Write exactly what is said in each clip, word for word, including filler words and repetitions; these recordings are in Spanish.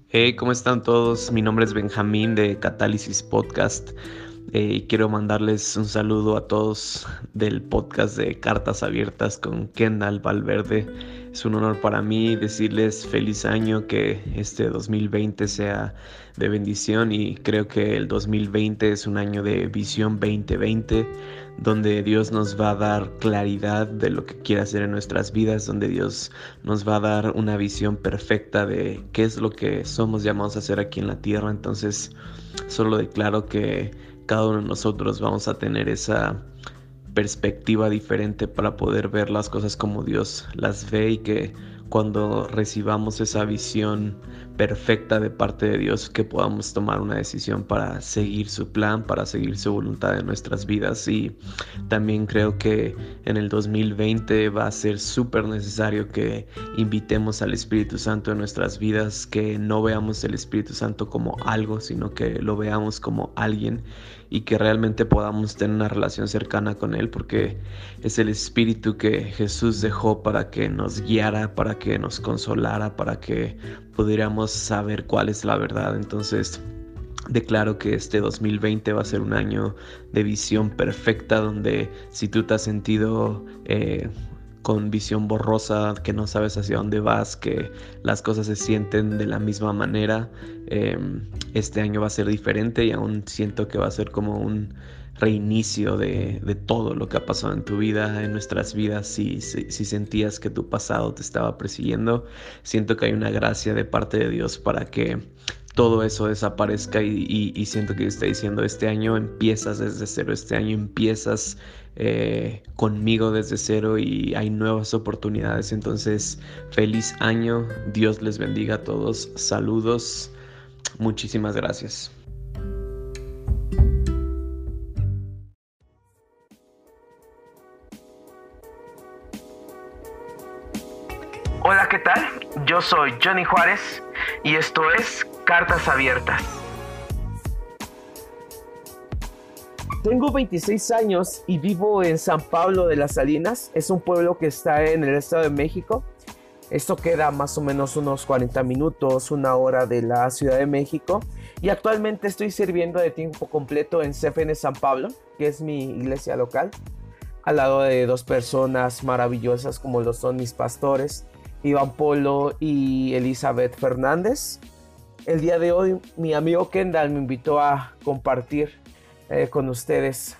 Hey, ¿cómo están todos? Mi nombre es Benjamín de Catálisis Podcast eh, y quiero mandarles un saludo a todos del podcast de Cartas Abiertas con Kendall Valverde. Es un honor para mí decirles feliz año, que este dos mil veinte sea de bendición, y creo que el dos mil veinte es un año de visión veinte veinte, donde Dios nos va a dar claridad de lo que quiere hacer en nuestras vidas, donde Dios nos va a dar una visión perfecta de qué es lo que somos llamados a hacer aquí en la tierra. Entonces, solo declaro que cada uno de nosotros vamos a tener esa perspectiva diferente para poder ver las cosas como Dios las ve, y que cuando recibamos esa visión perfecta de parte de Dios, que podamos tomar una decisión para seguir su plan, para seguir su voluntad en nuestras vidas. Y también creo que en el dos mil veinte va a ser súper necesario que invitemos al Espíritu Santo en nuestras vidas, que no veamos el Espíritu Santo como algo, sino que lo veamos como alguien, y que realmente podamos tener una relación cercana con Él, porque es el Espíritu que Jesús dejó para que nos guiara, para que nos consolara, para que pudiéramos saber cuál es la verdad. Entonces, declaro que este dos mil veinte va a ser un año de visión perfecta, donde si tú te has sentido eh, con visión borrosa, que no sabes hacia dónde vas, que las cosas se sienten de la misma manera, eh, este año va a ser diferente, y aún siento que va a ser como un reinicio de, de todo lo que ha pasado en tu vida, en nuestras vidas. Si, si, si sentías que tu pasado te estaba persiguiendo, siento que hay una gracia de parte de Dios para que todo eso desaparezca, y, y, y siento que está diciendo: este año empiezas desde cero, este año empiezas eh, conmigo desde cero, y hay nuevas oportunidades. Entonces, feliz año, Dios les bendiga a todos, saludos, muchísimas gracias. Hola, ¿qué tal? Yo soy Johnny Juárez y esto es Cartas Abiertas. Tengo veintiséis años y vivo en San Pablo de las Salinas. Es un pueblo que está en el Estado de México. Esto queda más o menos unos cuarenta minutos, una hora de la Ciudad de México. Y actualmente estoy sirviendo de tiempo completo en C F N San Pablo, que es mi iglesia local, al lado de dos personas maravillosas como lo son mis pastores, Iván Polo y Elizabeth Fernández. El día de hoy mi amigo Kendall me invitó a compartir eh, con ustedes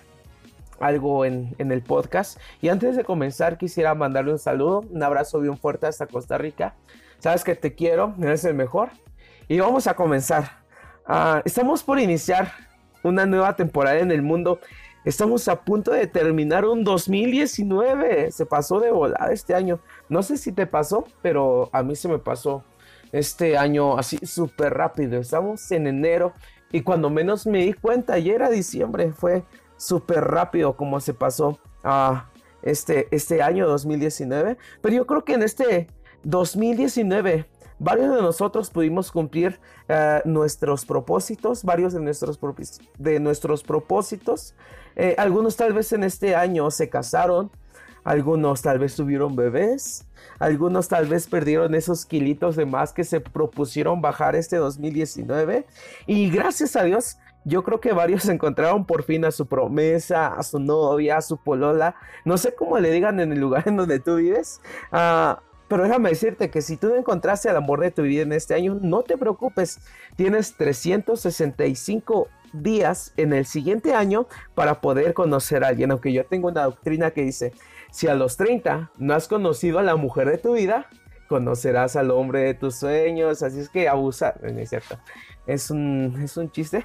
algo en, en el podcast. Y antes de comenzar quisiera mandarle un saludo, un abrazo bien fuerte hasta Costa Rica. Sabes que te quiero, eres el mejor. Y vamos a comenzar. Uh, estamos por iniciar una nueva temporada en el mundo. Estamos a punto de terminar un dos mil diecinueve. Se pasó de volada este año. No sé si te pasó, pero a mí se me pasó este año así súper rápido. Estamos en enero y cuando menos me di cuenta ya era diciembre. Fue súper rápido como se pasó a uh, este, este año dos mil diecinueve. Pero yo creo que en este dos mil diecinueve varios de nosotros pudimos cumplir uh, nuestros propósitos, varios de nuestros, de nuestros propósitos. Eh, algunos tal vez en este año se casaron, algunos tal vez tuvieron bebés, algunos tal vez perdieron esos kilitos de más que se propusieron bajar este dos mil diecinueve. Y gracias a Dios, yo creo que varios encontraron por fin a su promesa, a su novia, a su polola. No sé cómo le digan en el lugar en donde tú vives. Uh, Pero déjame decirte que si tú no encontraste el amor de tu vida en este año, no te preocupes. Tienes trescientos sesenta y cinco días en el siguiente año para poder conocer a alguien. Aunque yo tengo una doctrina que dice, si a los treinta no has conocido a la mujer de tu vida, conocerás al hombre de tus sueños. Así es que abusa. No es cierto. Es un, es un chiste.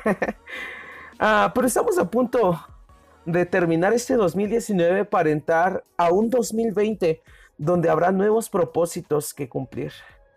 uh, pero estamos a punto de terminar este dos mil diecinueve para entrar a un dos mil veinte donde habrá nuevos propósitos que cumplir,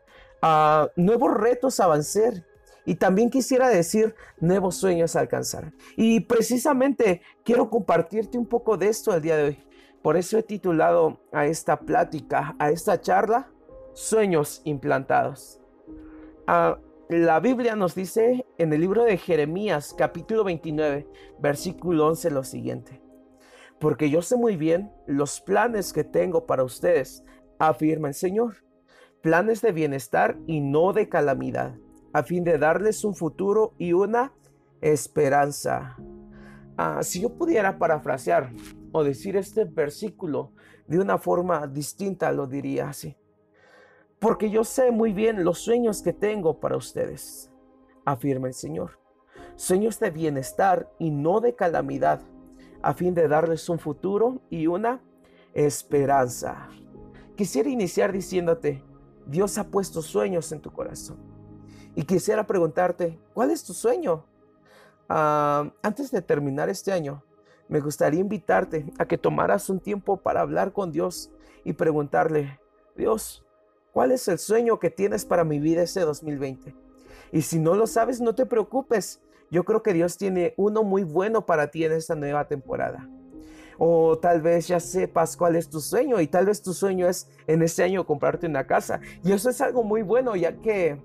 uh, nuevos retos a vencer, y también quisiera decir nuevos sueños a alcanzar. Y precisamente quiero compartirte un poco de esto el día de hoy. Por eso he titulado a esta plática, a esta charla, Sueños implantados. Uh, la Biblia nos dice en el libro de Jeremías, capítulo veintinueve, versículo once, lo siguiente: porque yo sé muy bien los planes que tengo para ustedes, afirma el Señor, planes de bienestar y no de calamidad, a fin de darles un futuro y una esperanza. Ah, si yo pudiera parafrasear o decir este versículo de una forma distinta, lo diría así. Porque yo sé muy bien los sueños que tengo para ustedes, afirma el Señor. Sueños de bienestar y no de calamidad, a fin de darles un futuro y una esperanza. Quisiera iniciar diciéndote, Dios ha puesto sueños en tu corazón. Y quisiera preguntarte, ¿cuál es tu sueño? Uh, antes de terminar este año, me gustaría invitarte a que tomaras un tiempo para hablar con Dios y preguntarle, Dios, ¿cuál es el sueño que tienes para mi vida este dos mil veinte? Y si no lo sabes, no te preocupes. Yo creo que Dios tiene uno muy bueno para ti en esta nueva temporada. O tal vez ya sepas cuál es tu sueño y tal vez tu sueño es en este año comprarte una casa. Y eso es algo muy bueno, ya que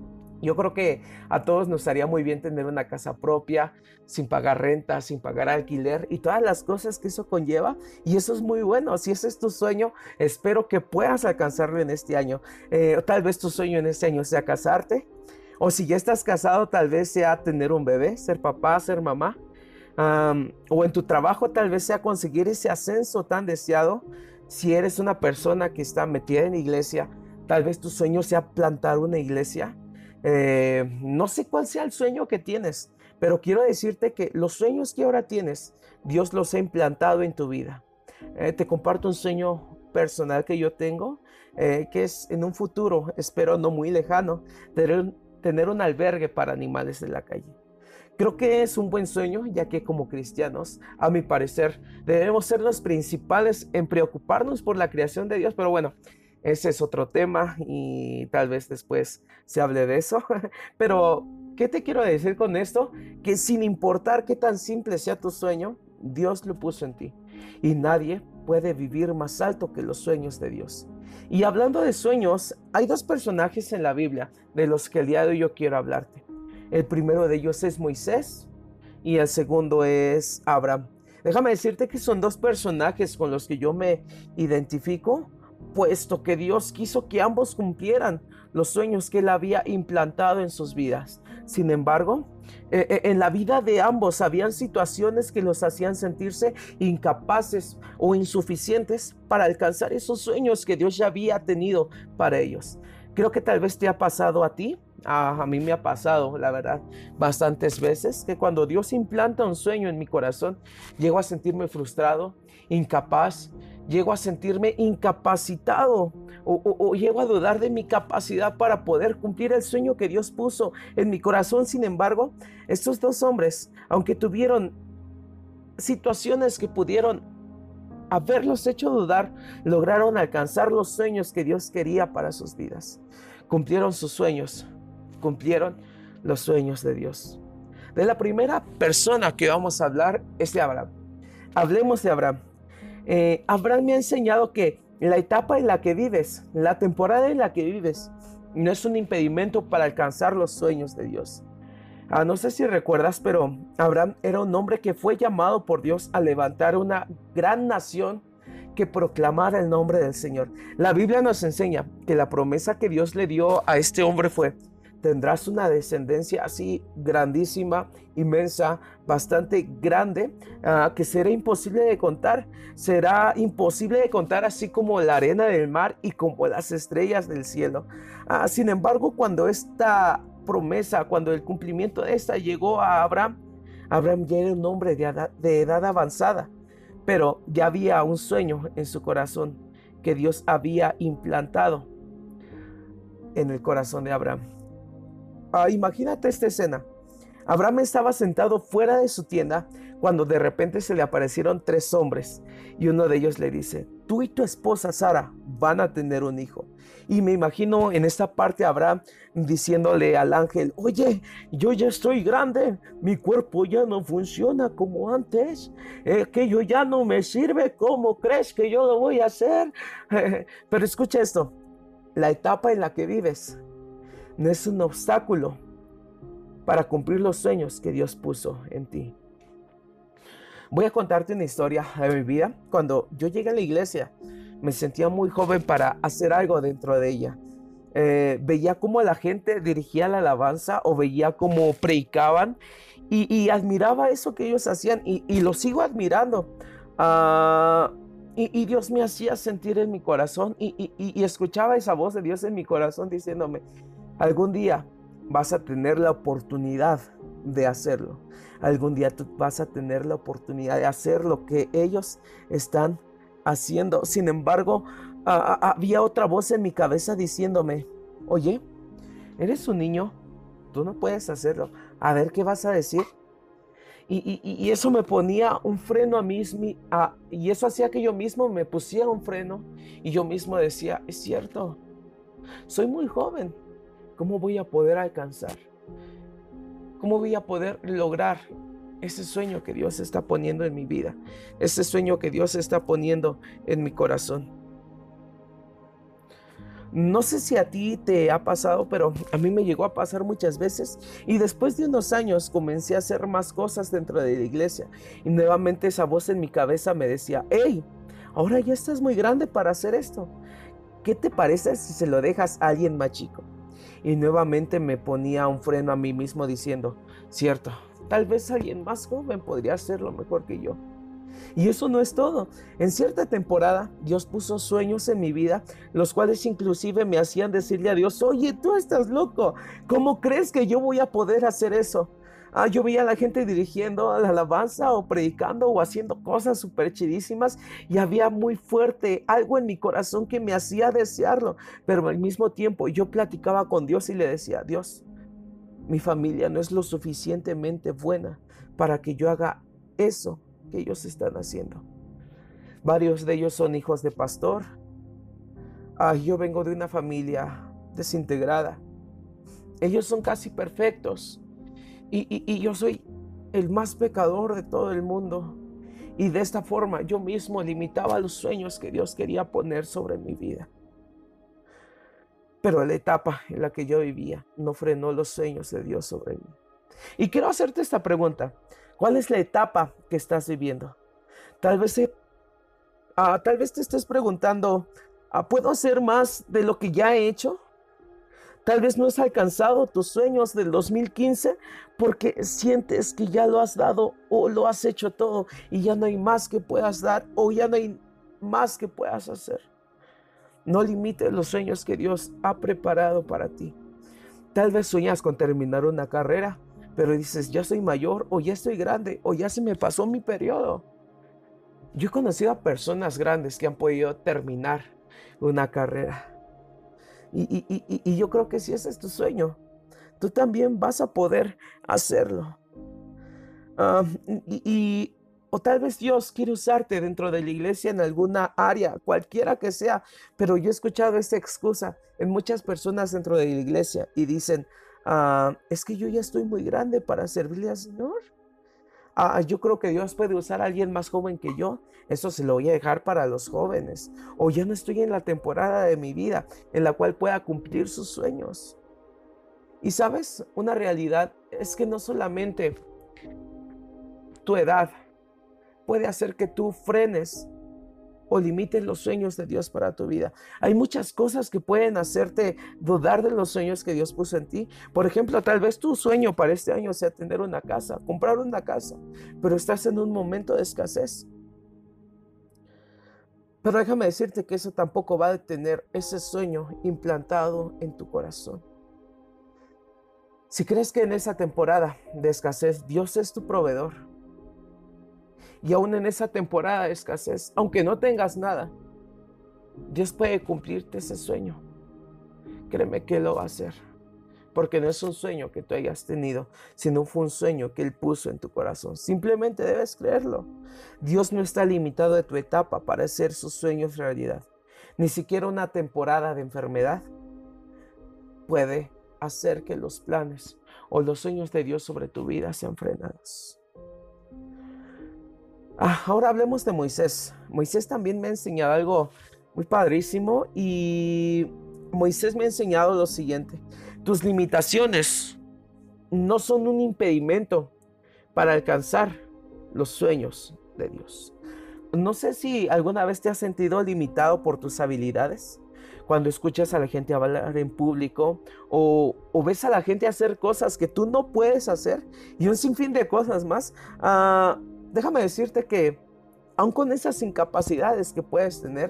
yo creo que a todos nos haría muy bien tener una casa propia, sin pagar renta, sin pagar alquiler y todas las cosas que eso conlleva. Y eso es muy bueno. Si ese es tu sueño, espero que puedas alcanzarlo en este año. Eh, tal vez tu sueño en este año sea casarte. O si ya estás casado, tal vez sea tener un bebé, ser papá, ser mamá. Um, o en tu trabajo tal vez sea conseguir ese ascenso tan deseado. Si eres una persona que está metida en iglesia, tal vez tu sueño sea plantar una iglesia. Eh, no sé cuál sea el sueño que tienes, pero quiero decirte que los sueños que ahora tienes, Dios los ha implantado en tu vida. Eh, te comparto un sueño personal que yo tengo, eh, que es en un futuro, espero no muy lejano, tener, tener un albergue para animales de la calle. Creo que es un buen sueño, ya que como cristianos, a mi parecer, debemos ser los principales en preocuparnos por la creación de Dios, pero bueno, ese es otro tema y tal vez después se hable de eso. Pero, ¿qué te quiero decir con esto? Que sin importar qué tan simple sea tu sueño, Dios lo puso en ti. Y nadie puede vivir más alto que los sueños de Dios. Y hablando de sueños, hay dos personajes en la Biblia de los que el día de hoy yo quiero hablarte. El primero de ellos es Moisés y el segundo es Abraham. Déjame decirte que son dos personajes con los que yo me identifico, puesto que Dios quiso que ambos cumplieran los sueños que Él había implantado en sus vidas. Sin embargo, eh, en la vida de ambos habían situaciones que los hacían sentirse incapaces o insuficientes para alcanzar esos sueños que Dios ya había tenido para ellos. Creo que tal vez te ha pasado a ti. Ah, a mí me ha pasado, la verdad, bastantes veces que cuando Dios implanta un sueño en mi corazón, llego a sentirme frustrado, incapaz, llego a sentirme incapacitado o, o, o llego a dudar de mi capacidad para poder cumplir el sueño que Dios puso en mi corazón. Sin embargo, estos dos hombres, aunque tuvieron situaciones que pudieron haberlos hecho dudar, lograron alcanzar los sueños que Dios quería para sus vidas. Cumplieron sus sueños. Cumplieron los sueños de Dios. De la primera persona que vamos a hablar es de Abraham. Hablemos de Abraham. Eh, Abraham me ha enseñado que la etapa en la que vives, la temporada en la que vives, no es un impedimento para alcanzar los sueños de Dios. Ah, no sé si recuerdas, pero Abraham era un hombre que fue llamado por Dios a levantar una gran nación que proclamara el nombre del Señor. La Biblia nos enseña que la promesa que Dios le dio a este hombre fue: tendrás una descendencia así grandísima, inmensa, bastante grande, uh, que será imposible de contar. Será imposible de contar, así como la arena del mar y como las estrellas del cielo. Uh, sin embargo, cuando esta promesa, cuando el cumplimiento de esta llegó a Abraham, Abraham ya era un hombre de edad, de edad avanzada, pero ya había un sueño en su corazón que Dios había implantado en el corazón de Abraham. Ah, imagínate esta escena. Abraham estaba sentado fuera de su tienda cuando de repente se le aparecieron tres hombres y uno de ellos le dice: tú y tu esposa Sara van a tener un hijo. Y me imagino en esta parte a Abraham diciéndole al ángel: oye, yo ya estoy grande, mi cuerpo ya no funciona como antes, eh, que yo ya no me sirve. ¿Cómo crees que yo lo voy a hacer? Pero escucha esto, la etapa en la que vives no es un obstáculo para cumplir los sueños que Dios puso en ti. Voy a contarte una historia de mi vida. Cuando yo llegué a la iglesia, me sentía muy joven para hacer algo dentro de ella. Eh, veía cómo la gente dirigía la alabanza o veía cómo predicaban y, y admiraba eso que ellos hacían y, y lo sigo admirando. Ah, y, y Dios me hacía sentir en mi corazón y, y, y escuchaba esa voz de Dios en mi corazón diciéndome, algún día vas a tener la oportunidad de hacerlo. Algún día tú vas a tener la oportunidad de hacer lo que ellos están haciendo. Sin embargo, ah, ah, había otra voz en mi cabeza diciéndome, oye, eres un niño, tú no puedes hacerlo. A ver qué vas a decir. Y, y, y eso me ponía un freno a mí, a, y eso hacía que yo mismo me pusiera un freno. Y yo mismo decía, es cierto, soy muy joven. ¿Cómo voy a poder alcanzar? ¿Cómo voy a poder lograr ese sueño que Dios está poniendo en mi vida? Ese sueño que Dios está poniendo en mi corazón. No sé si a ti te ha pasado, pero a mí me llegó a pasar muchas veces. Y después de unos años comencé a hacer más cosas dentro de la iglesia. Y nuevamente esa voz en mi cabeza me decía, hey, ahora ya estás muy grande para hacer esto. ¿Qué te parece si se lo dejas a alguien más chico? Y nuevamente me ponía un freno a mí mismo diciendo, cierto, tal vez alguien más joven podría hacerlo mejor que yo. Y eso no es todo. En cierta temporada Dios puso sueños en mi vida, los cuales inclusive me hacían decirle a Dios, oye, tú estás loco, ¿cómo crees que yo voy a poder hacer eso? Ah, yo veía a la gente dirigiendo la alabanza o predicando o haciendo cosas súper chidísimas y había muy fuerte algo en mi corazón que me hacía desearlo, pero al mismo tiempo yo platicaba con Dios y le decía, Dios, mi familia no es lo suficientemente buena para que yo haga eso que ellos están haciendo. Varios de ellos son hijos de pastor. Ah, yo vengo de una familia desintegrada. Ellos son casi perfectos. Y, y, y yo soy el más pecador de todo el mundo. Y de esta forma yo mismo limitaba los sueños que Dios quería poner sobre mi vida. Pero la etapa en la que yo vivía no frenó los sueños de Dios sobre mí. Y quiero hacerte esta pregunta. ¿Cuál es la etapa que estás viviendo? Tal vez, uh, tal vez te estés preguntando, uh, ¿puedo hacer más de lo que ya he hecho? Tal vez no has alcanzado tus sueños del dos mil quince porque sientes que ya lo has dado o lo has hecho todo y ya no hay más que puedas dar o ya no hay más que puedas hacer. No limites los sueños que Dios ha preparado para ti. Tal vez sueñas con terminar una carrera, pero dices, ya soy mayor o ya estoy grande o ya se me pasó mi periodo. Yo he conocido a personas grandes que han podido terminar una carrera. Y, y, y, y yo creo que si ese es tu sueño, tú también vas a poder hacerlo. Uh, y, y, o tal vez Dios quiere usarte dentro de la iglesia en alguna área, cualquiera que sea. Pero yo he escuchado esta excusa en muchas personas dentro de la iglesia y dicen, uh, es que yo ya estoy muy grande para servirle al Señor. Uh, yo creo que Dios puede usar a alguien más joven que yo. Eso se lo voy a dejar para los jóvenes. O ya no estoy en la temporada de mi vida en la cual pueda cumplir sus sueños. Y sabes, una realidad es que no solamente tu edad puede hacer que tú frenes o limites los sueños de Dios para tu vida. Hay muchas cosas que pueden hacerte dudar de los sueños que Dios puso en ti. Por ejemplo, tal vez tu sueño para este año sea tener una casa, comprar una casa, pero estás en un momento de escasez. Pero déjame decirte que eso tampoco va a detener ese sueño implantado en tu corazón. Si crees que en esa temporada de escasez Dios es tu proveedor, y aún en esa temporada de escasez, aunque no tengas nada, Dios puede cumplirte ese sueño. Créeme que lo va a hacer. Porque no es un sueño que tú hayas tenido, sino fue un sueño que Él puso en tu corazón. Simplemente debes creerlo. Dios no está limitado de tu etapa para hacer sus sueños realidad. Ni siquiera una temporada de enfermedad puede hacer que los planes o los sueños de Dios sobre tu vida sean frenados. Ah, ahora hablemos de Moisés. Moisés también me ha enseñado algo muy padrísimo y Moisés me ha enseñado lo siguiente. Tus limitaciones no son un impedimento para alcanzar los sueños de Dios. No sé si alguna vez te has sentido limitado por tus habilidades. cuando escuchas a la gente hablar en público o, o ves a la gente hacer cosas que tú no puedes hacer y un sinfín de cosas más, uh, déjame decirte que aun con esas incapacidades que puedes tener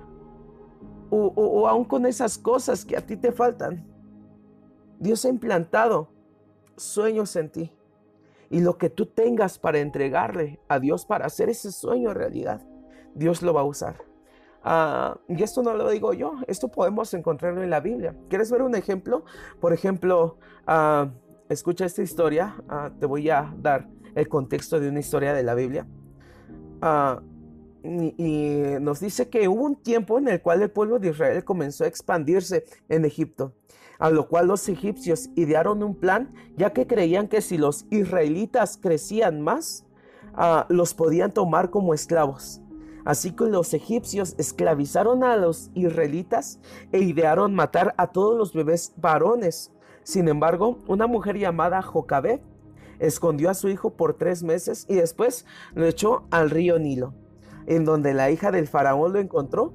o, o, o aun con esas cosas que a ti te faltan, Dios ha implantado sueños en ti. Y lo que tú tengas para entregarle a Dios para hacer ese sueño realidad, Dios lo va a usar. Uh, y esto no lo digo yo, esto podemos encontrarlo en la Biblia. ¿Quieres ver un ejemplo? Por ejemplo, uh, escucha esta historia. Uh, te voy a dar el contexto de una historia de la Biblia. Uh, y, y nos dice que hubo un tiempo en el cual el pueblo de Israel comenzó a expandirse en Egipto, a lo cual los egipcios idearon un plan, ya que creían que si los israelitas crecían más, uh, los podían tomar como esclavos. Así que los egipcios esclavizaron a los israelitas e idearon matar a todos los bebés varones. Sin embargo, una mujer llamada Jocabed escondió a su hijo por tres meses y después lo echó al río Nilo, en donde la hija del faraón lo encontró.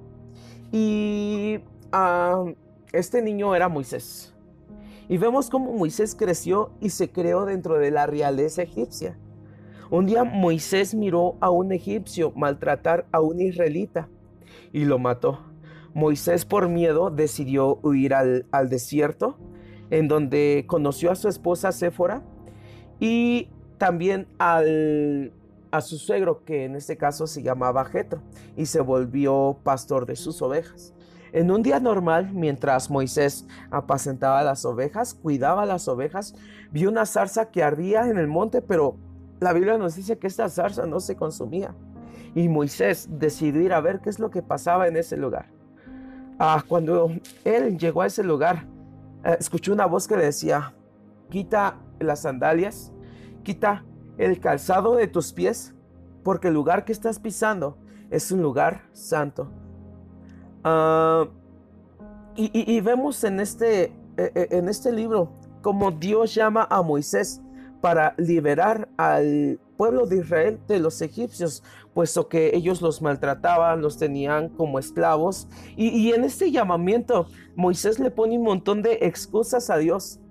Y uh, este niño era Moisés. Y vemos cómo Moisés creció y se creó dentro de la realeza egipcia. Un día Moisés miró a un egipcio maltratar a un israelita y lo mató. Moisés, por miedo, decidió huir al, al desierto, en donde conoció a su esposa Séfora y también al, a su suegro, que en este caso se llamaba Jetro, y se volvió pastor de sus ovejas. En un día normal, mientras Moisés apacentaba las ovejas, cuidaba las ovejas, vio una zarza que ardía en el monte, pero la Biblia nos dice que esta zarza no se consumía. Y Moisés decidió ir a ver qué es lo que pasaba en ese lugar. Ah, cuando él llegó a ese lugar, eh, escuchó una voz que le decía: quita las sandalias, quita el calzado de tus pies, porque el lugar que estás pisando es un lugar santo. Uh, y, y, y vemos en este, en este libro cómo Dios llama a Moisés para liberar al pueblo de Israel de los egipcios, puesto que ellos los maltrataban, los tenían como esclavos. Y, y en este llamamiento Moisés le pone un montón de excusas a Dios.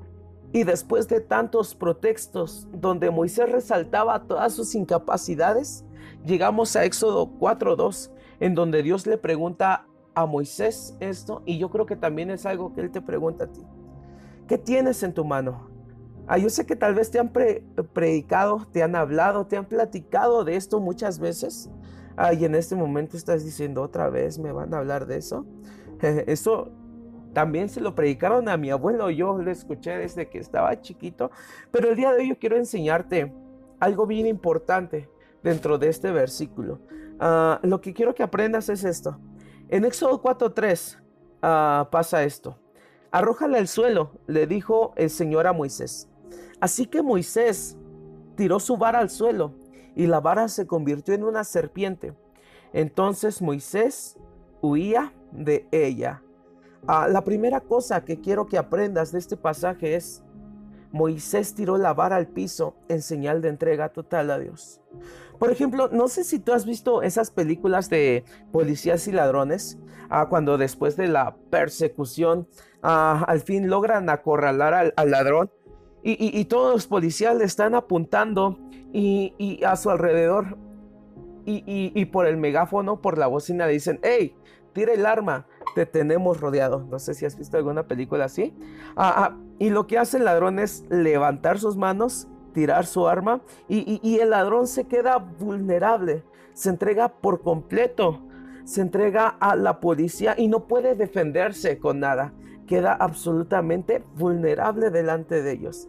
Y después de tantos pretextos donde Moisés resaltaba todas sus incapacidades, llegamos a Éxodo cuatro dos, en donde Dios le pregunta a Moisés esto, y yo creo que también es algo que Él te pregunta a ti. ¿Qué tienes en tu mano? Ah, yo sé que tal vez te han pre predicado, te han hablado, te han platicado de esto muchas veces. Ah, y en este momento estás diciendo: ¿otra vez me van a hablar de eso? Eso también se lo predicaron a mi abuelo, yo lo escuché desde que estaba chiquito. Pero el día de hoy yo quiero enseñarte algo bien importante dentro de este versículo. Uh, lo que quiero que aprendas es esto. En Éxodo cuatro tres uh, pasa esto: arrójala al suelo, le dijo el Señor a Moisés. Así que Moisés tiró su vara al suelo y la vara se convirtió en una serpiente. Entonces Moisés huía de ella. Uh, la primera cosa que quiero que aprendas de este pasaje es: Moisés tiró la vara al piso en señal de entrega total a Dios. Por ejemplo, no sé si tú has visto esas películas de policías y ladrones, uh, cuando después de la persecución uh, al fin logran acorralar al, al ladrón y, y, y todos los policías le están apuntando y, y a su alrededor y, y, y por el megáfono, por la bocina le dicen: ¡hey! Tira el arma, te tenemos rodeado. No sé si has visto alguna película así. Ah, ah, y lo que hace el ladrón es levantar sus manos, tirar su arma y, y, y el ladrón se queda vulnerable, se entrega por completo, se entrega a la policía y no puede defenderse con nada. Queda absolutamente vulnerable delante de ellos.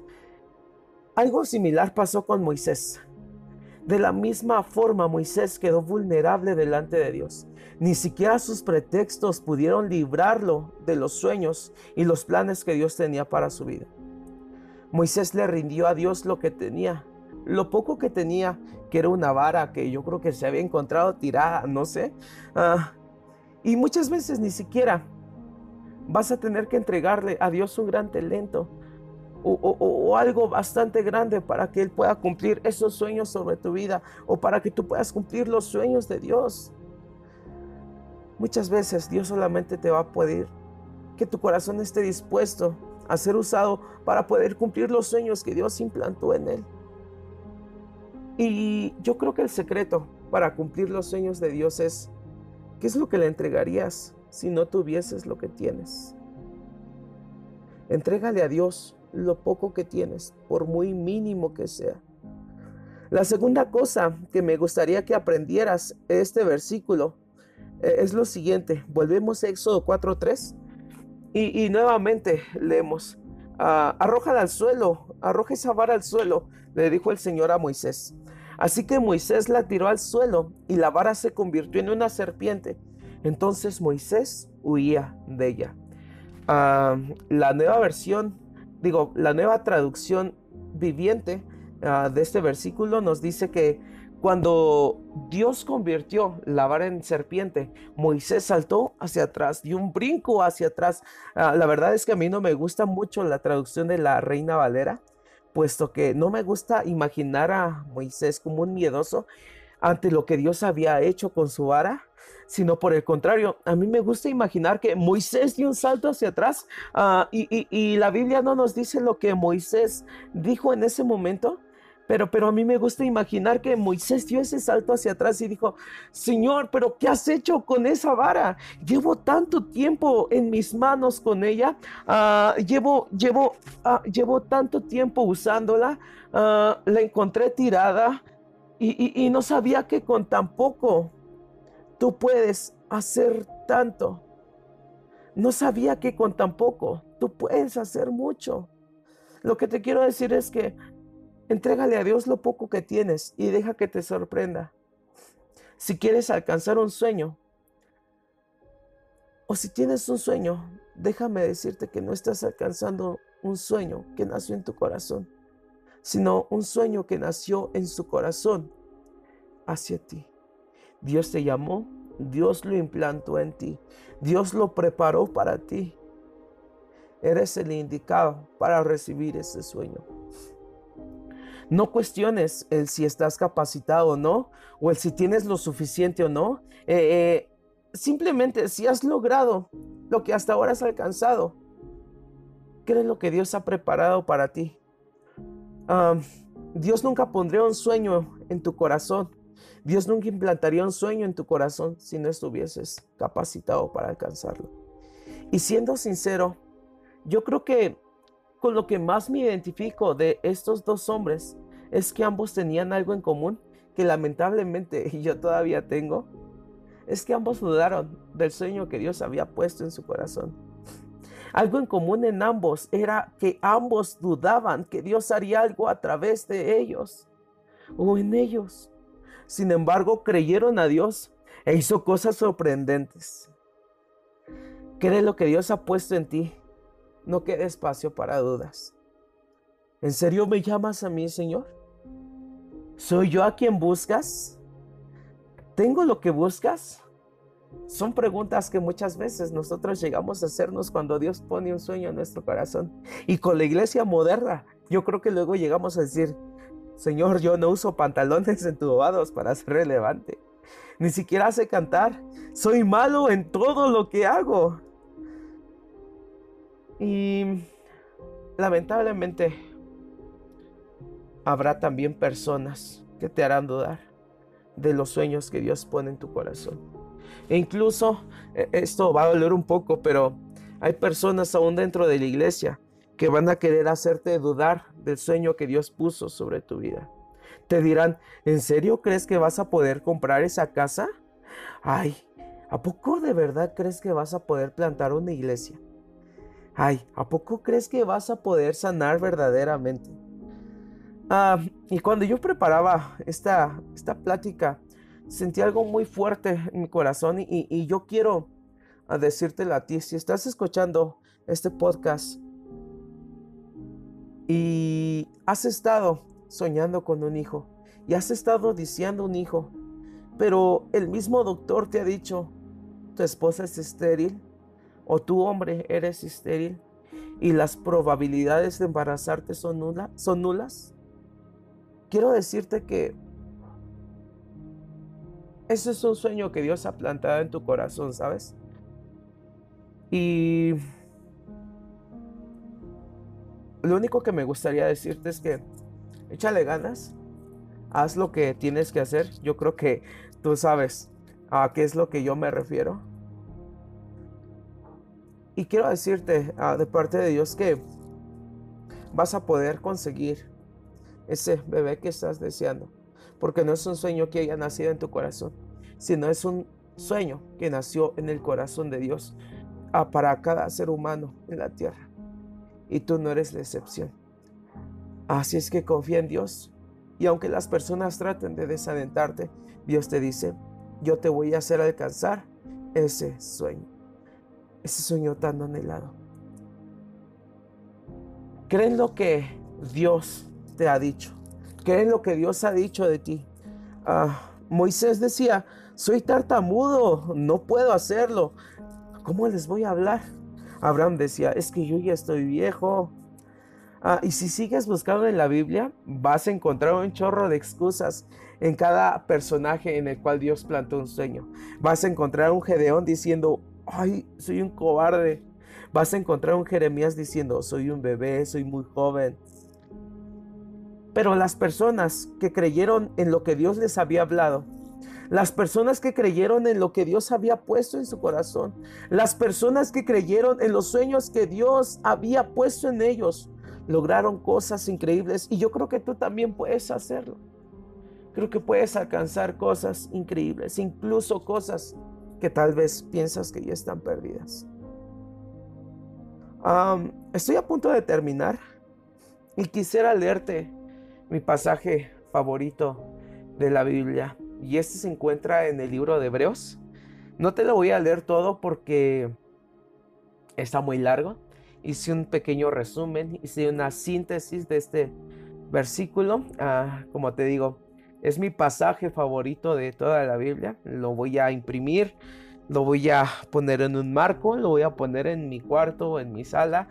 Algo similar pasó con Moisés. De la misma forma, Moisés quedó vulnerable delante de Dios. Ni siquiera sus pretextos pudieron librarlo de los sueños y los planes que Dios tenía para su vida. Moisés le rindió a Dios lo que tenía, lo poco que tenía, que era una vara que yo creo que se había encontrado tirada, no sé. Uh, y muchas veces ni siquiera vas a tener que entregarle a Dios un gran talento o, o, o algo bastante grande para que Él pueda cumplir esos sueños sobre tu vida o para que tú puedas cumplir los sueños de Dios. Muchas veces Dios solamente te va a pedir que tu corazón esté dispuesto a ser usado para poder cumplir los sueños que Dios implantó en él. Y yo creo que el secreto para cumplir los sueños de Dios es: ¿qué es lo que le entregarías si no tuvieses lo que tienes? Entrégale a Dios lo poco que tienes, por muy mínimo que sea. La segunda cosa que me gustaría que aprendieras de este versículo eh, es lo siguiente. Volvemos a Éxodo cuatro tres y, y nuevamente leemos: ah, arrójala al suelo, arroja esa vara al suelo, le dijo el Señor a Moisés. Así que Moisés la tiró al suelo y la vara se convirtió en una serpiente. Entonces Moisés huía de ella. Uh, la nueva versión, digo, la nueva traducción viviente uh, de este versículo nos dice que cuando Dios convirtió la vara en serpiente, Moisés saltó hacia atrás, dio un brinco hacia atrás. Uh, la verdad es que a mí no me gusta mucho la traducción de la Reina Valera, puesto que no me gusta imaginar a Moisés como un miedoso ante lo que Dios había hecho con su vara, sino por el contrario, a mí me gusta imaginar que Moisés dio un salto hacia atrás uh, y, y, y la Biblia no nos dice lo que Moisés dijo en ese momento, pero, pero a mí me gusta imaginar que Moisés dio ese salto hacia atrás y dijo: Señor, ¿pero qué has hecho con esa vara? Llevo tanto tiempo en mis manos con ella, uh, llevo, llevo, uh, llevo tanto tiempo usándola, uh, la encontré tirada y, y, y no sabía que con tan poco tú puedes hacer tanto. No sabía que con tan poco tú puedes hacer mucho. Lo que te quiero decir es que entrégale a Dios lo poco que tienes y deja que te sorprenda. Si quieres alcanzar un sueño, o si tienes un sueño, déjame decirte que no estás alcanzando un sueño que nació en tu corazón, sino un sueño que nació en su corazón hacia ti. Dios te llamó, Dios lo implantó en ti, Dios lo preparó para ti. Eres el indicado para recibir ese sueño. No cuestiones el si estás capacitado o no, o el si tienes lo suficiente o no. Eh, eh, simplemente si has logrado lo que hasta ahora has alcanzado, ¿qué es lo que Dios ha preparado para ti? Um, Dios nunca pondría un sueño en tu corazón. Dios nunca implantaría un sueño en tu corazón si no estuvieses capacitado para alcanzarlo. Y siendo sincero, yo creo que con lo que más me identifico de estos dos hombres es que ambos tenían algo en común que lamentablemente yo todavía tengo. Es que ambos dudaron del sueño que Dios había puesto en su corazón. Algo en común en ambos era que ambos dudaban que Dios haría algo a través de ellos o en ellos. Sin embargo, creyeron a Dios e hizo cosas sorprendentes. Cree lo que Dios ha puesto en ti. No quede espacio para dudas. ¿En serio me llamas a mí, Señor? ¿Soy yo a quien buscas? ¿Tengo lo que buscas? Son preguntas que muchas veces nosotros llegamos a hacernos cuando Dios pone un sueño en nuestro corazón. Y con la iglesia moderna, yo creo que luego llegamos a decir: Señor, yo no uso pantalones entubados para ser relevante. Ni siquiera sé cantar. Soy malo en todo lo que hago. Y lamentablemente habrá también personas que te harán dudar de los sueños que Dios pone en tu corazón. E incluso, esto va a doler un poco, pero hay personas aún dentro de la iglesia que van a querer hacerte dudar del sueño que Dios puso sobre tu vida. Te dirán: ¿en serio crees que vas a poder comprar esa casa? Ay, ¿a poco de verdad crees que vas a poder plantar una iglesia? Ay, ¿a poco crees que vas a poder sanar verdaderamente? Ah, y cuando yo preparaba esta, esta plática, sentí algo muy fuerte en mi corazón y, y, y yo quiero a decírtelo a ti. Si estás escuchando este podcast y has estado soñando con un hijo y has estado deseando un hijo, pero el mismo doctor te ha dicho: tu esposa es estéril, o tú, hombre, eres estéril y las probabilidades de embarazarte son, nula, son nulas. Quiero decirte que ese es un sueño que Dios ha plantado en tu corazón, ¿sabes? Y lo único que me gustaría decirte es que échale ganas, haz lo que tienes que hacer. Yo creo que tú sabes a qué es lo que yo me refiero. Y quiero decirte uh, de parte de Dios que vas a poder conseguir ese bebé que estás deseando. Porque no es un sueño que haya nacido en tu corazón, sino es un sueño que nació en el corazón de Dios uh, para cada ser humano en la tierra. Y tú no eres la excepción. Así es que confía en Dios. Y aunque las personas traten de desalentarte, Dios te dice, yo te voy a hacer alcanzar ese sueño. Ese sueño tan anhelado. Cree en lo que Dios te ha dicho. Cree en lo que Dios ha dicho de ti. Uh, Moisés decía, soy tartamudo, no puedo hacerlo. ¿Cómo les voy a hablar? Abraham decía, es que yo ya estoy viejo. Uh, y si sigues buscando en la Biblia, vas a encontrar un chorro de excusas en cada personaje en el cual Dios plantó un sueño. Vas a encontrar un Gedeón diciendo, ay, soy un cobarde. Vas a encontrar un Jeremías diciendo, soy un bebé, soy muy joven. Pero las personas que creyeron en lo que Dios les había hablado, las personas que creyeron en lo que Dios había puesto en su corazón, las personas que creyeron en los sueños que Dios había puesto en ellos, lograron cosas increíbles. Y yo creo que tú también puedes hacerlo. Creo que puedes alcanzar cosas increíbles, incluso cosas que tal vez piensas que ya están perdidas. Um, estoy a punto de terminar y quisiera leerte mi pasaje favorito de la Biblia. Y este se encuentra en el libro de Hebreos. No te lo voy a leer todo porque está muy largo. Hice un pequeño resumen, hice una síntesis de este versículo. Uh, como te digo, es mi pasaje favorito de toda la Biblia. Lo voy a imprimir, lo voy a poner en un marco, lo voy a poner en mi cuarto, en mi sala.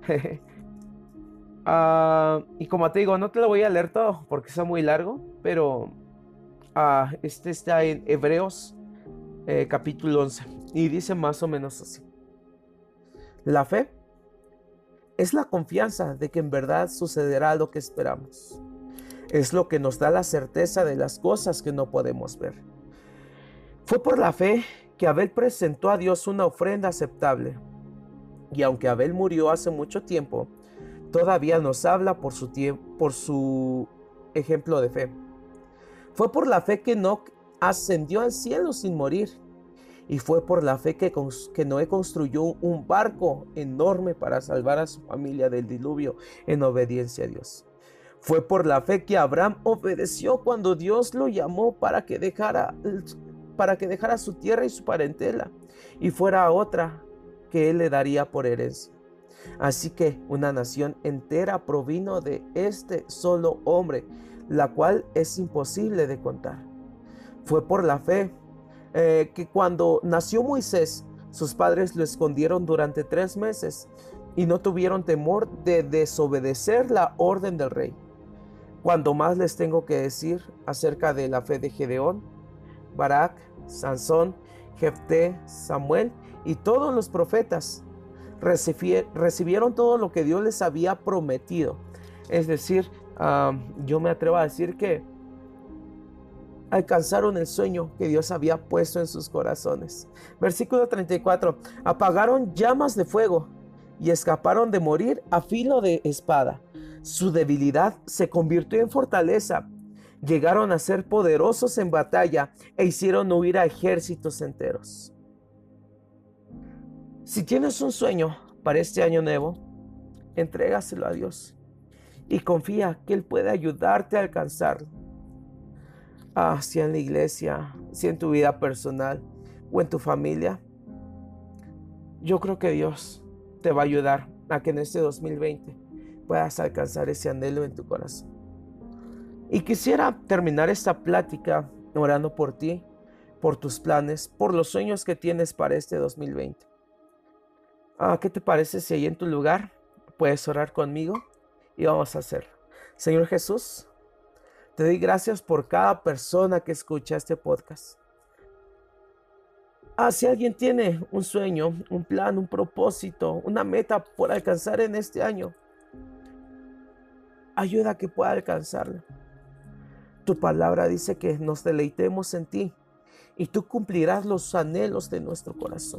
uh, y como te digo, no te lo voy a leer todo porque está muy largo, pero uh, este está en Hebreos eh, capítulo once y dice más o menos así. La fe es la confianza de que en verdad sucederá lo que esperamos. Es lo que nos da la certeza de las cosas que no podemos ver. Fue por la fe que Abel presentó a Dios una ofrenda aceptable. Y aunque Abel murió hace mucho tiempo, todavía nos habla por su, por su ejemplo de fe. Fue por la fe que Enoc ascendió al cielo sin morir. Y fue por la fe que, que Noé construyó un barco enorme para salvar a su familia del diluvio en obediencia a Dios. Fue por la fe que Abraham obedeció cuando Dios lo llamó para que dejara, para que dejara su tierra y su parentela y fuera a otra que él le daría por herencia. Así que una nación entera provino de este solo hombre, la cual es imposible de contar. Fue por la fe eh, que cuando nació Moisés, sus padres lo escondieron durante tres meses y no tuvieron temor de desobedecer la orden del rey. Cuando más les tengo que decir acerca de la fe de Gedeón, Barak, Sansón, Jefté, Samuel y todos los profetas recibieron todo lo que Dios les había prometido. Es decir, um, yo me atrevo a decir que alcanzaron el sueño que Dios había puesto en sus corazones. Versículo treinta y cuatro. Apagaron llamas de fuego y escaparon de morir a filo de espada. Su debilidad se convirtió en fortaleza. Llegaron a ser poderosos en batalla e hicieron huir a ejércitos enteros. Si tienes un sueño para este año nuevo, entrégaselo a Dios y confía que Él puede ayudarte a alcanzarlo. Ah, sea en la iglesia, sea en tu vida personal o en tu familia, yo creo que Dios te va a ayudar a que en este dos mil veinte puedas alcanzar ese anhelo en tu corazón. Y quisiera terminar esta plática orando por ti, por tus planes, por los sueños que tienes para este dos mil veinte. Ah, ¿qué te parece si ahí en tu lugar puedes orar conmigo? Y vamos a hacerlo. Señor Jesús, te doy gracias por cada persona que escucha este podcast. Ah, si alguien tiene un sueño, un plan, un propósito, una meta por alcanzar en este año, ayuda a que pueda alcanzarlo. Tu palabra dice que nos deleitemos en ti y tú cumplirás los anhelos de nuestro corazón.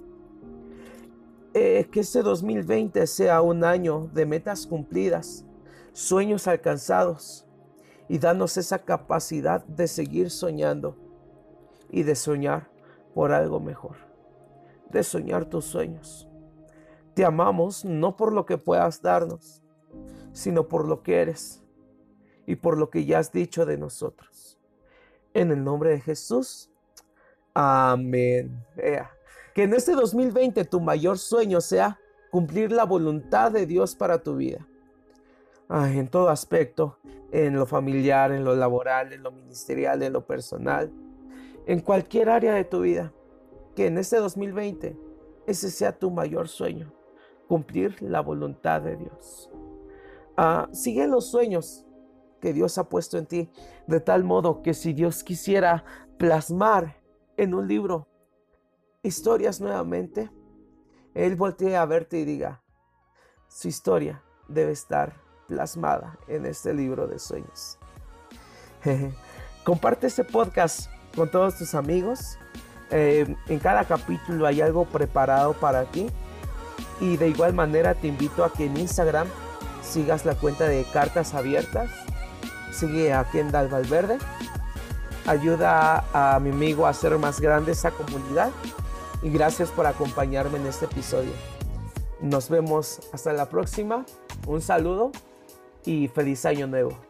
Eh, que este dos mil veinte sea un año de metas cumplidas, sueños alcanzados, y danos esa capacidad de seguir soñando y de soñar por algo mejor, de soñar tus sueños. Te amamos no por lo que puedas darnos, sino por lo que eres y por lo que ya has dicho de nosotros. En el nombre de Jesús, amén. Ea. Que en este dos mil veinte tu mayor sueño sea cumplir la voluntad de Dios para tu vida. Ay, en todo aspecto, en lo familiar, en lo laboral, en lo ministerial, en lo personal, en cualquier área de tu vida. Que en este dos mil veinte ese sea tu mayor sueño, cumplir la voluntad de Dios. Ah, sigue los sueños que Dios ha puesto en ti, de tal modo que si Dios quisiera plasmar en un libro historias nuevamente, Él voltee a verte y diga, su historia debe estar plasmada en este libro de sueños. Comparte este podcast con todos tus amigos. Eh, en cada capítulo hay algo preparado para ti. Y de igual manera te invito a que en Instagram sigas la cuenta de Cartas Abiertas. Sigue a Kendall Valverde. Ayuda a, a mi amigo a hacer más grande esa comunidad. Y gracias por acompañarme en este episodio. Nos vemos hasta la próxima. Un saludo y feliz año nuevo.